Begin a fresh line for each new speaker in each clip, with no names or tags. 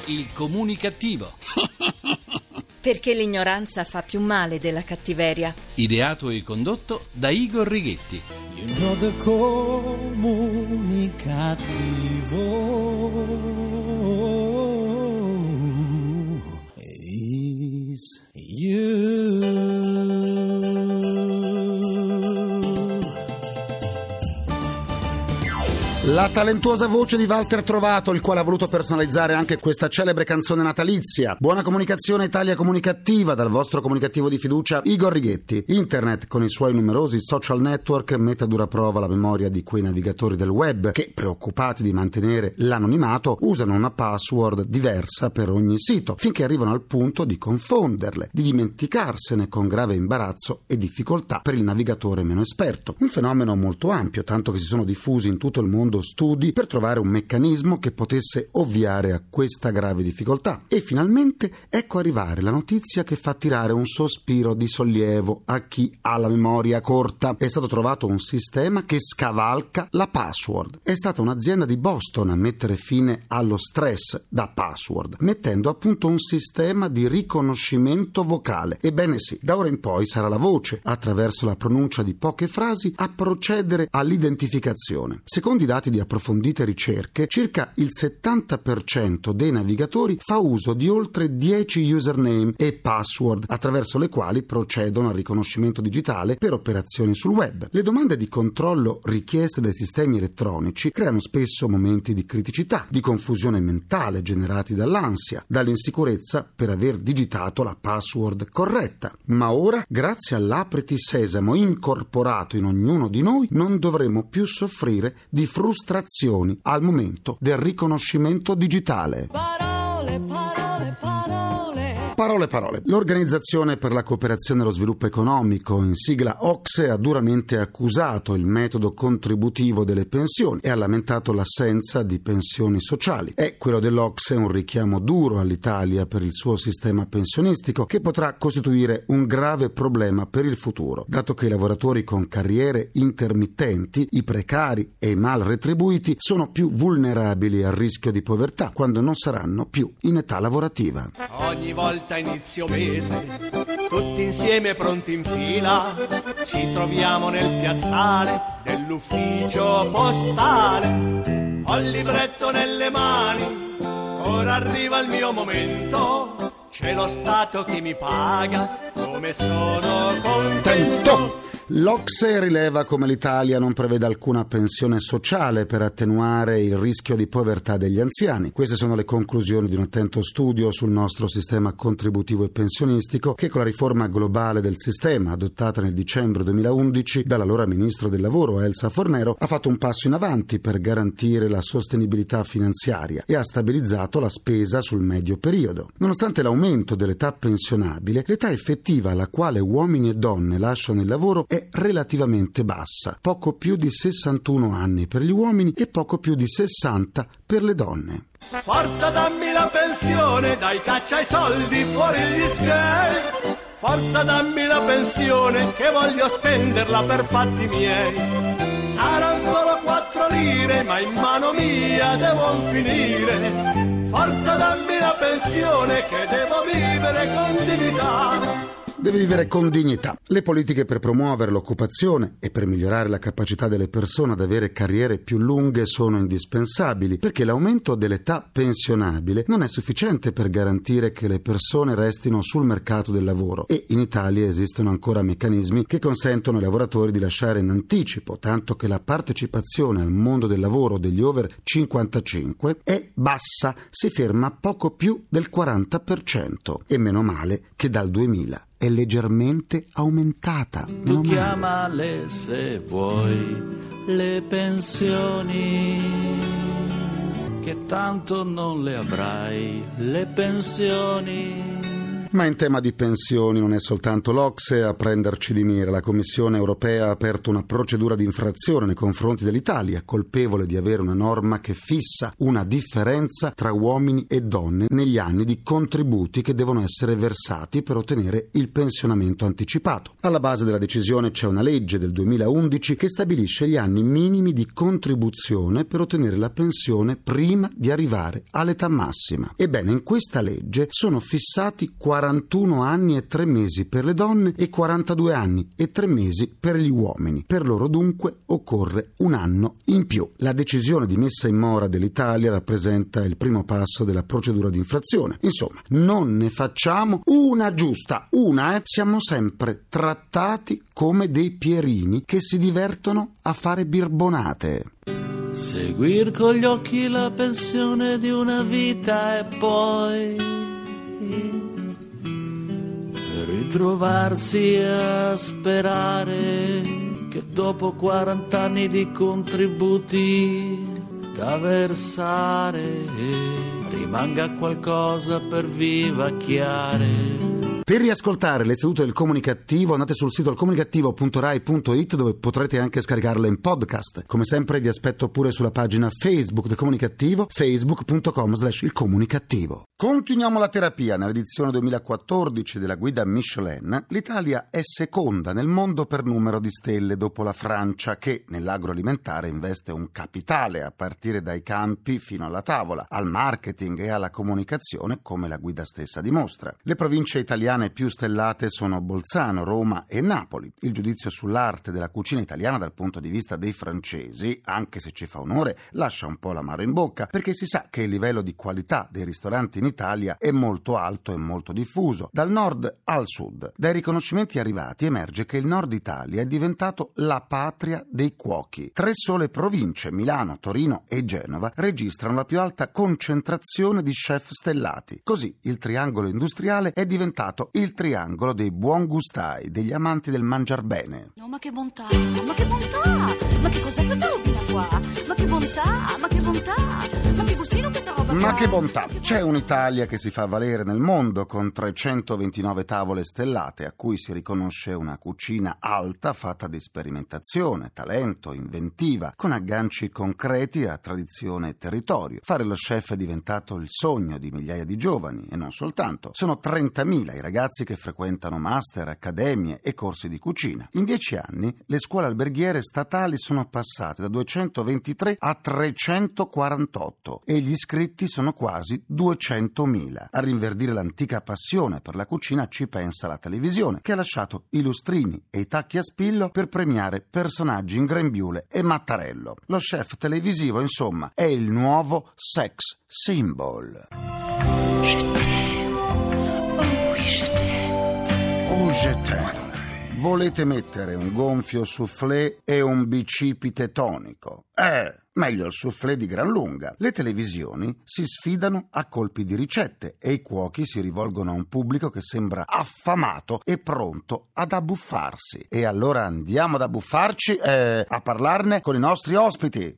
il comunicativo.
Perché l'ignoranza fa più male della cattiveria.
Ideato e condotto da Igor Righetti.
You know the comunicativo is you.
La talentuosa voce di Walter Trovato, il quale ha voluto personalizzare anche questa celebre canzone natalizia. Buona comunicazione Italia Comunicativa, dal vostro comunicativo di fiducia Igor Righetti. Internet, con i suoi numerosi social network, mette a dura prova la memoria di quei navigatori del web che, preoccupati di mantenere l'anonimato, usano una password diversa per ogni sito, finché arrivano al punto di confonderle, di dimenticarsene con grave imbarazzo e difficoltà per il navigatore meno esperto. Un fenomeno molto ampio, tanto che si sono diffusi in tutto il mondo studi per trovare un meccanismo che potesse ovviare a questa grave difficoltà. E finalmente ecco arrivare la notizia che fa tirare un sospiro di sollievo a chi ha la memoria corta. È stato trovato un sistema che scavalca la password. È stata un'azienda di Boston a mettere fine allo stress da password, mettendo a punto un sistema di riconoscimento vocale. Ebbene sì, da ora in poi sarà la voce, attraverso la pronuncia di poche frasi, a procedere all'identificazione. Secondo i dati di approfondite ricerche, circa il 70% dei navigatori fa uso di oltre 10 username e password, attraverso le quali procedono al riconoscimento digitale per operazioni sul web. Le domande di controllo richieste dai sistemi elettronici creano spesso momenti di criticità, di confusione mentale generati dall'ansia, dall'insicurezza per aver digitato la password corretta. Ma ora, grazie all'Apriti Sesamo incorporato in ognuno di noi, non dovremo più soffrire di frustrazioni al momento del riconoscimento digitale. Parole. L'Organizzazione per la Cooperazione e lo Sviluppo Economico, in sigla OCSE, ha duramente accusato il metodo contributivo delle pensioni e ha lamentato l'assenza di pensioni sociali. Quello dell'OCSE è un richiamo duro all'Italia per il suo sistema pensionistico, che potrà costituire un grave problema per il futuro, dato che i lavoratori con carriere intermittenti, i precari e i mal retribuiti sono più vulnerabili al rischio di povertà quando non saranno più in età lavorativa.
Ogni volta inizio mese, tutti insieme pronti in fila, ci troviamo nel piazzale dell'ufficio postale. Ho il libretto nelle mani, ora arriva il mio momento, c'è lo Stato che mi paga, come sono contento.
L'OCSE rileva come l'Italia non prevede alcuna pensione sociale per attenuare il rischio di povertà degli anziani. Queste sono le conclusioni di un attento studio sul nostro sistema contributivo e pensionistico che, con la riforma globale del sistema adottata nel dicembre 2011 dall'allora ministro del lavoro Elsa Fornero, ha fatto un passo in avanti per garantire la sostenibilità finanziaria e ha stabilizzato la spesa sul medio periodo. Nonostante l'aumento dell'età pensionabile, l'età effettiva alla quale uomini e donne lasciano il lavoro è relativamente bassa, poco più di 61 anni per gli uomini e poco più di 60 per le donne.
Forza dammi la pensione, dai caccia ai soldi, fuori gli sghei. Forza dammi la pensione, che voglio spenderla per fatti miei. Saranno solo 4 lire, ma in mano mia devono finire. Forza dammi la pensione, che devo vivere con dignità.
Deve vivere con dignità. Le politiche per promuovere l'occupazione e per migliorare la capacità delle persone ad avere carriere più lunghe sono indispensabili, perché l'aumento dell'età pensionabile non è sufficiente per garantire che le persone restino sul mercato del lavoro, e in Italia esistono ancora meccanismi che consentono ai lavoratori di lasciare in anticipo, tanto che la partecipazione al mondo del lavoro degli over 55 è bassa, si ferma a poco più del 40%, e meno male che dal 2000 è leggermente aumentata.
Tu chiamale se vuoi le pensioni, che tanto non le avrai le pensioni.
Ma in tema di pensioni non è soltanto l'OCSE a prenderci di mira. La Commissione europea ha aperto una procedura di infrazione nei confronti dell'Italia, colpevole di avere una norma che fissa una differenza tra uomini e donne negli anni di contributi che devono essere versati per ottenere il pensionamento anticipato. Alla base della decisione c'è una legge del 2011 che stabilisce gli anni minimi di contribuzione per ottenere la pensione prima di arrivare all'età massima. Ebbene, in questa legge sono fissati 41 anni e 3 mesi per le donne e 42 anni e 3 mesi per gli uomini. Per loro dunque occorre un anno in più. La decisione di messa in mora dell'Italia rappresenta il primo passo della procedura di infrazione. Insomma, non ne facciamo una giusta, siamo sempre trattati come dei pierini che si divertono a fare birbonate.
Seguir con gli occhi la pensione di una vita e poi ritrovarsi a sperare che dopo 40 anni di contributi da versare rimanga qualcosa per vivacchiare.
Per riascoltare le sedute del Comunicativo andate sul sito alcomunicativo.rai.it, dove potrete anche scaricarle in podcast. Come sempre vi aspetto pure sulla pagina Facebook del Comunicativo, facebook.com/ilcomunicativo. Continuiamo la terapia. Nell'edizione 2014 della guida Michelin, l'Italia è seconda nel mondo per numero di stelle, dopo la Francia, che nell'agroalimentare investe un capitale a partire dai campi fino alla tavola, al marketing e alla comunicazione, come la guida stessa dimostra. Le province italiane più stellate sono Bolzano, Roma e Napoli. Il giudizio sull'arte della cucina italiana dal punto di vista dei francesi, anche se ci fa onore, lascia un po' l'amaro in bocca, perché si sa che il livello di qualità dei ristoranti in Italia è molto alto e molto diffuso, dal nord al sud. Dai riconoscimenti arrivati emerge che il nord Italia è diventato la patria dei cuochi. 3 sole province, Milano, Torino e Genova, registrano la più alta concentrazione di chef stellati. Così il triangolo industriale è diventato il triangolo dei buon gustai, degli amanti del mangiar bene.
No, ma che bontà, ma che bontà, ma che cos'è questa robina qua? Ma che bontà, ma che bontà, ma che gustino questa roba qua?
Ma che bontà! C'è un'Italia che si fa valere nel mondo con 329 tavole stellate a cui si riconosce una cucina alta fatta di sperimentazione, talento, inventiva, con agganci concreti a tradizione e territorio. Fare lo chef è diventato il sogno di migliaia di giovani e non soltanto. Sono 30.000 i ragazzi che frequentano master, accademie e corsi di cucina. In 10 anni le scuole alberghiere statali sono passate da 223 a 348 e gli iscritti sono quasi 200.000. A rinverdire l'antica passione per la cucina ci pensa la televisione, che ha lasciato i lustrini e i tacchi a spillo per premiare personaggi in grembiule e mattarello. Lo chef televisivo, insomma, è il nuovo sex symbol. Je t'aime. Volete mettere un gonfio soufflé e un bicipite tonico? Meglio il soufflé di gran lunga. Le televisioni si sfidano a colpi di ricette e i cuochi si rivolgono a un pubblico che sembra affamato e pronto ad abbuffarsi. E allora andiamo ad abbuffarci e a parlarne con i nostri ospiti.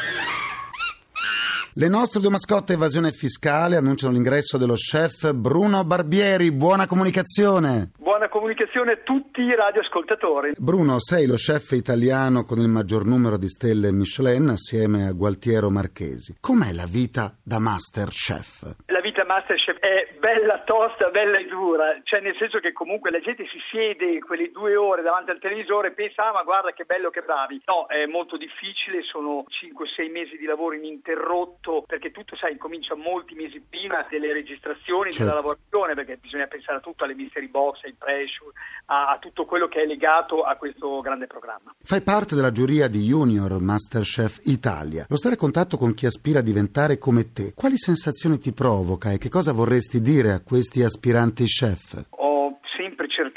Le nostre 2 mascotte evasione fiscale annunciano l'ingresso dello chef Bruno Barbieri. Buona comunicazione!
Buona comunicazione a tutti i radioascoltatori.
Bruno, sei lo chef italiano con il maggior numero di stelle Michelin assieme a Gualtiero Marchesi. Com'è la vita da master chef?
La vita masterchef è bella tosta, bella e dura, cioè nel senso che comunque la gente si siede quelle 2 ore davanti al televisore e pensa ma guarda che bello, che bravi. No, è molto difficile, sono 5-6 mesi di lavoro ininterrotto, perché tutto incomincia molti mesi prima delle registrazioni, certo, della lavorazione, perché bisogna pensare a tutto, alle mystery box, ai pressure, a tutto quello che è legato a questo grande programma.
Fai parte della giuria di Junior Masterchef Italia. Lo stare a contatto con chi aspira a diventare come te, quali sensazioni ti provoca e che cosa vorresti dire a questi aspiranti chef?
Ho sempre cercato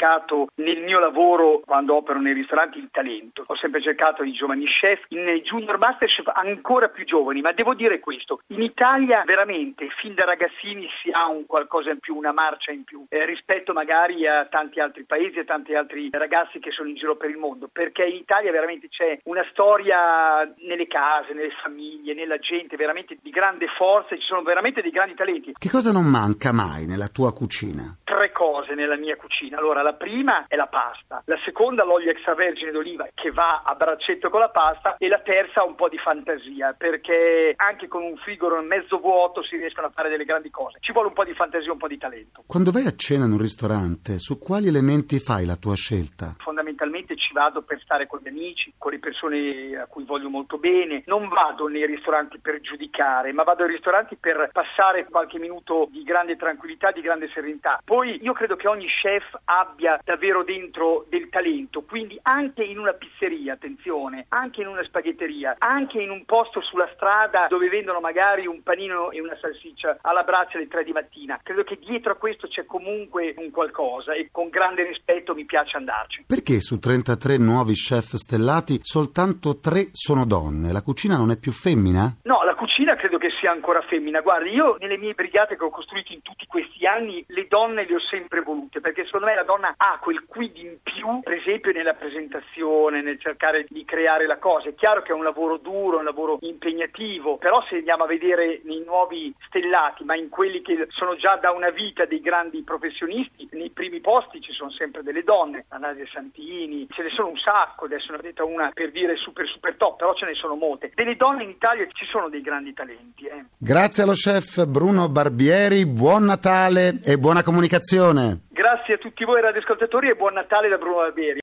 cercato nel mio lavoro, quando opero nei ristoranti, il talento. Ho sempre cercato i giovani chef, nei Junior Masterchef ancora più giovani, ma devo dire questo: in Italia veramente fin da ragazzini si ha un qualcosa in più, una marcia in più rispetto magari a tanti altri paesi e tanti altri ragazzi che sono in giro per il mondo, perché in Italia veramente c'è una storia nelle case, nelle famiglie, nella gente veramente di grande forza, ci sono veramente dei grandi talenti.
Che cosa non manca mai nella tua cucina?
3 cose nella mia cucina. Allora, la prima è la pasta, la seconda l'olio extravergine d'oliva che va a braccetto con la pasta, e la terza un po' di fantasia, perché anche con un frigorifero mezzo vuoto si riescono a fare delle grandi cose. Ci vuole un po' di fantasia, un po' di talento.
Quando vai a cena in un ristorante, su quali elementi fai la tua scelta?
Fondamentalmente ci vado per stare con gli amici, con le persone a cui voglio molto bene. Non vado nei ristoranti per giudicare, ma vado ai ristoranti per passare qualche minuto di grande tranquillità, di grande serenità. Poi io credo che ogni chef abbia davvero dentro del talento, quindi anche in una pizzeria, attenzione, anche in una spaghetteria, anche in un posto sulla strada dove vendono magari un panino e una salsiccia alla braccia alle 3 di mattina. Credo che dietro a questo c'è comunque un qualcosa, e con grande rispetto mi piace andarci.
Perché su 33 nuovi chef stellati soltanto 3 sono donne? La cucina non è più femmina?
No, la cucina credo che sia ancora femmina. Guardi, io nelle mie brigate che ho costruito in tutti questi anni, le donne le ho sempre volute, perché secondo me la donna ha quel quid in più, per esempio nella presentazione, nel cercare di creare la cosa. È chiaro che è un lavoro duro, un lavoro impegnativo, però se andiamo a vedere nei nuovi stellati, ma in quelli che sono già da una vita dei grandi professionisti, nei primi posti ci sono sempre delle donne. Nadia Santini, ce ne sono un sacco, adesso ne ho detta una per dire super top, però ce ne sono molte. Delle donne in Italia ci sono dei grandi talenti.
Grazie allo chef Bruno Barbieri, buon Natale e buona comunicazione.
Grazie a tutti voi radioascoltatori e buon Natale da Bruno Barbieri.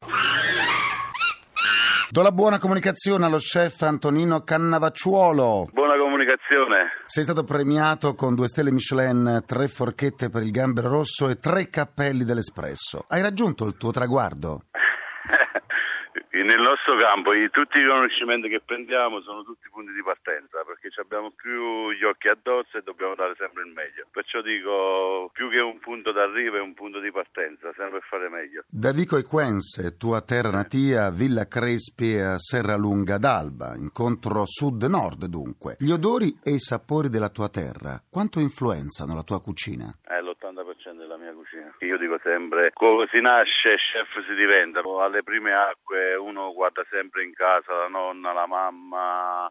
Do la buona comunicazione allo chef Antonino Cannavacciuolo.
Buona comunicazione.
Sei stato premiato con 2 stelle Michelin, 3 forchette per il gambero rosso e 3 cappelli dell'Espresso. Hai raggiunto il tuo traguardo?
Nel nostro campo tutti i riconoscimenti che prendiamo sono tutti punti di partenza, perché abbiamo più gli occhi addosso e dobbiamo dare sempre il meglio. Perciò dico, più che un punto d'arrivo è un punto di partenza, sempre fare meglio.
Da Vico Equense, tua terra natia, Villa Crespi e Serra Lunga d'Alba, incontro sud-nord dunque. Gli odori e i sapori della tua terra, quanto influenzano la tua cucina?
L'80% della mia cucina. Io dico sempre, come si nasce, chef si diventa. Alle prime acque uno guarda sempre in casa la nonna, la mamma,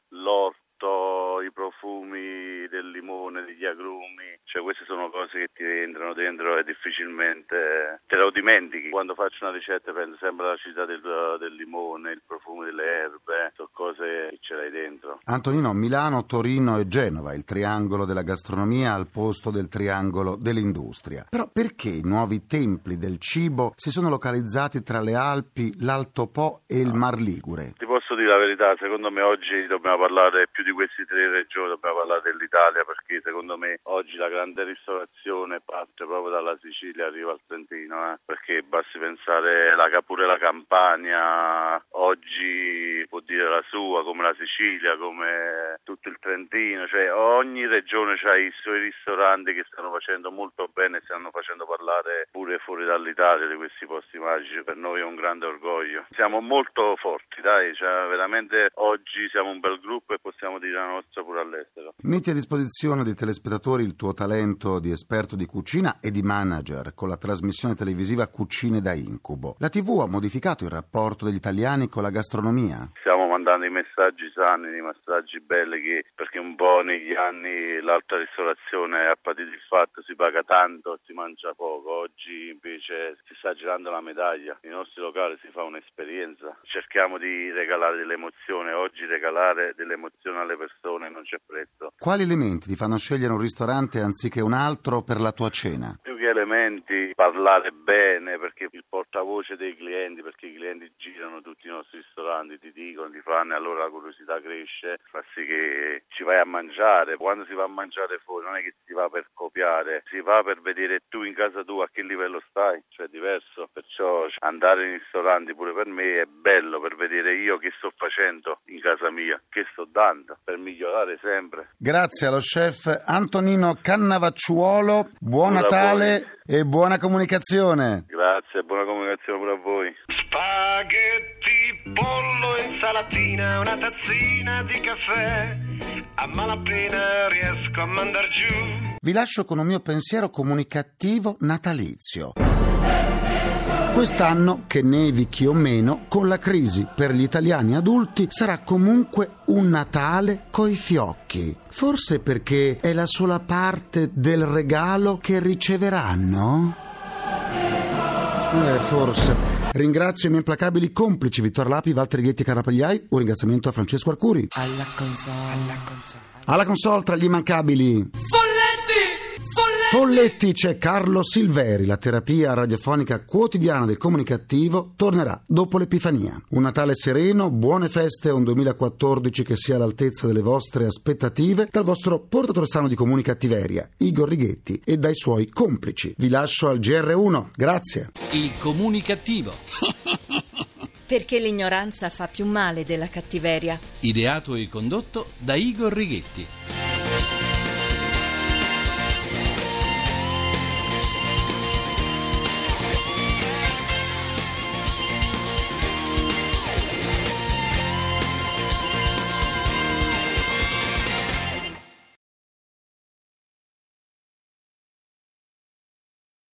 l'orto, i profumi del limone, degli agrumi. Cioè queste sono cose che ti entrano dentro e difficilmente te lo dimentichi. Quando faccio una ricetta penso sempre all'acidità del limone, il profumo delle erbe, sono cose che ce l'hai dentro.
Antonino, Milano, Torino e Genova, il triangolo della gastronomia al posto del triangolo dell'industria. Però perché i nuovi templi del cibo si sono localizzati tra le Alpi, l'Alto Po e il Mar Ligure?
Ti posso dire la verità, secondo me oggi dobbiamo parlare più di queste 3 regioni, dobbiamo parlare dell'Italia, perché secondo me oggi la grande ristorazione parte proprio dalla Sicilia, arriva al Trentino, perché basti pensare pure la Campania oggi può dire la sua, come la Sicilia, come tutto il Trentino, cioè ogni regione ha i suoi ristoranti che stanno facendo molto bene e stanno facendo parlare pure fuori dall'Italia di questi posti magici. Per noi è un grande orgoglio, siamo molto forti, dai, cioè veramente oggi siamo un bel gruppo e possiamo dire la nostra pure all'estero.
Metti a disposizione dei telespettatori il tuo talento di esperto di cucina e di manager con la trasmissione televisiva Cucine da Incubo. La TV ha modificato il rapporto degli italiani con la gastronomia?
Stiamo mandando i messaggi sani, i messaggi belli, perché un po' negli anni l'alta ristorazione ha patito il fatto si paga tanto, si mangia poco. Oggi invece si sta girando la medaglia. Nei nostri locali si fa un'esperienza. Cerchiamo di regalare delle emozioni. Oggi regalare delle emozioni alle persone non c'è prezzo.
Quali elementi ti fanno scegliere un ristorante anziché un altro per la tua cena?
Più che elementi, parlare bene, perché il portavoce dei clienti, perché i clienti girano tutti i nostri ristoranti, ti dicono, ti fanno, e allora la curiosità cresce, fa sì che ci vai a mangiare. Quando si va a mangiare fuori non è che si va per copiare, si va per vedere tu in casa tua a che livello stai, cioè è diverso. Perciò andare in ristoranti pure per me è bello, per vedere io che sto facendo in casa mia, che sto dando, per migliorare sempre.
Grazie allo chef Antonino Cannavacciuolo, buon Natale e e buona comunicazione.
Grazie, buona comunicazione pure a voi.
Spaghetti, pollo, insalatina, una tazzina di caffè. A malapena riesco a mandar giù.
Vi lascio con un mio pensiero comunicativo natalizio. Quest'anno, che nevichi o meno, con la crisi per gli italiani adulti sarà comunque un Natale coi fiocchi. Forse perché è la sola parte del regalo che riceveranno? Forse. Ringrazio i miei implacabili complici Vittorio Lapi, Walter Righetti e Carapagliai. Un ringraziamento a Francesco Arcuri. Alla console tra gli immancabili Folletti c'è Carlo Silveri. La terapia radiofonica quotidiana del comunicativo tornerà dopo l'Epifania. Un Natale sereno, buone feste e un 2014 che sia all'altezza delle vostre aspettative dal vostro portatore sano di comunicattiveria, Igor Righetti, e dai suoi complici. Vi lascio al GR1. Grazie.
Il comunicativo.
Perché l'ignoranza fa più male della cattiveria.
Ideato e condotto da Igor Righetti.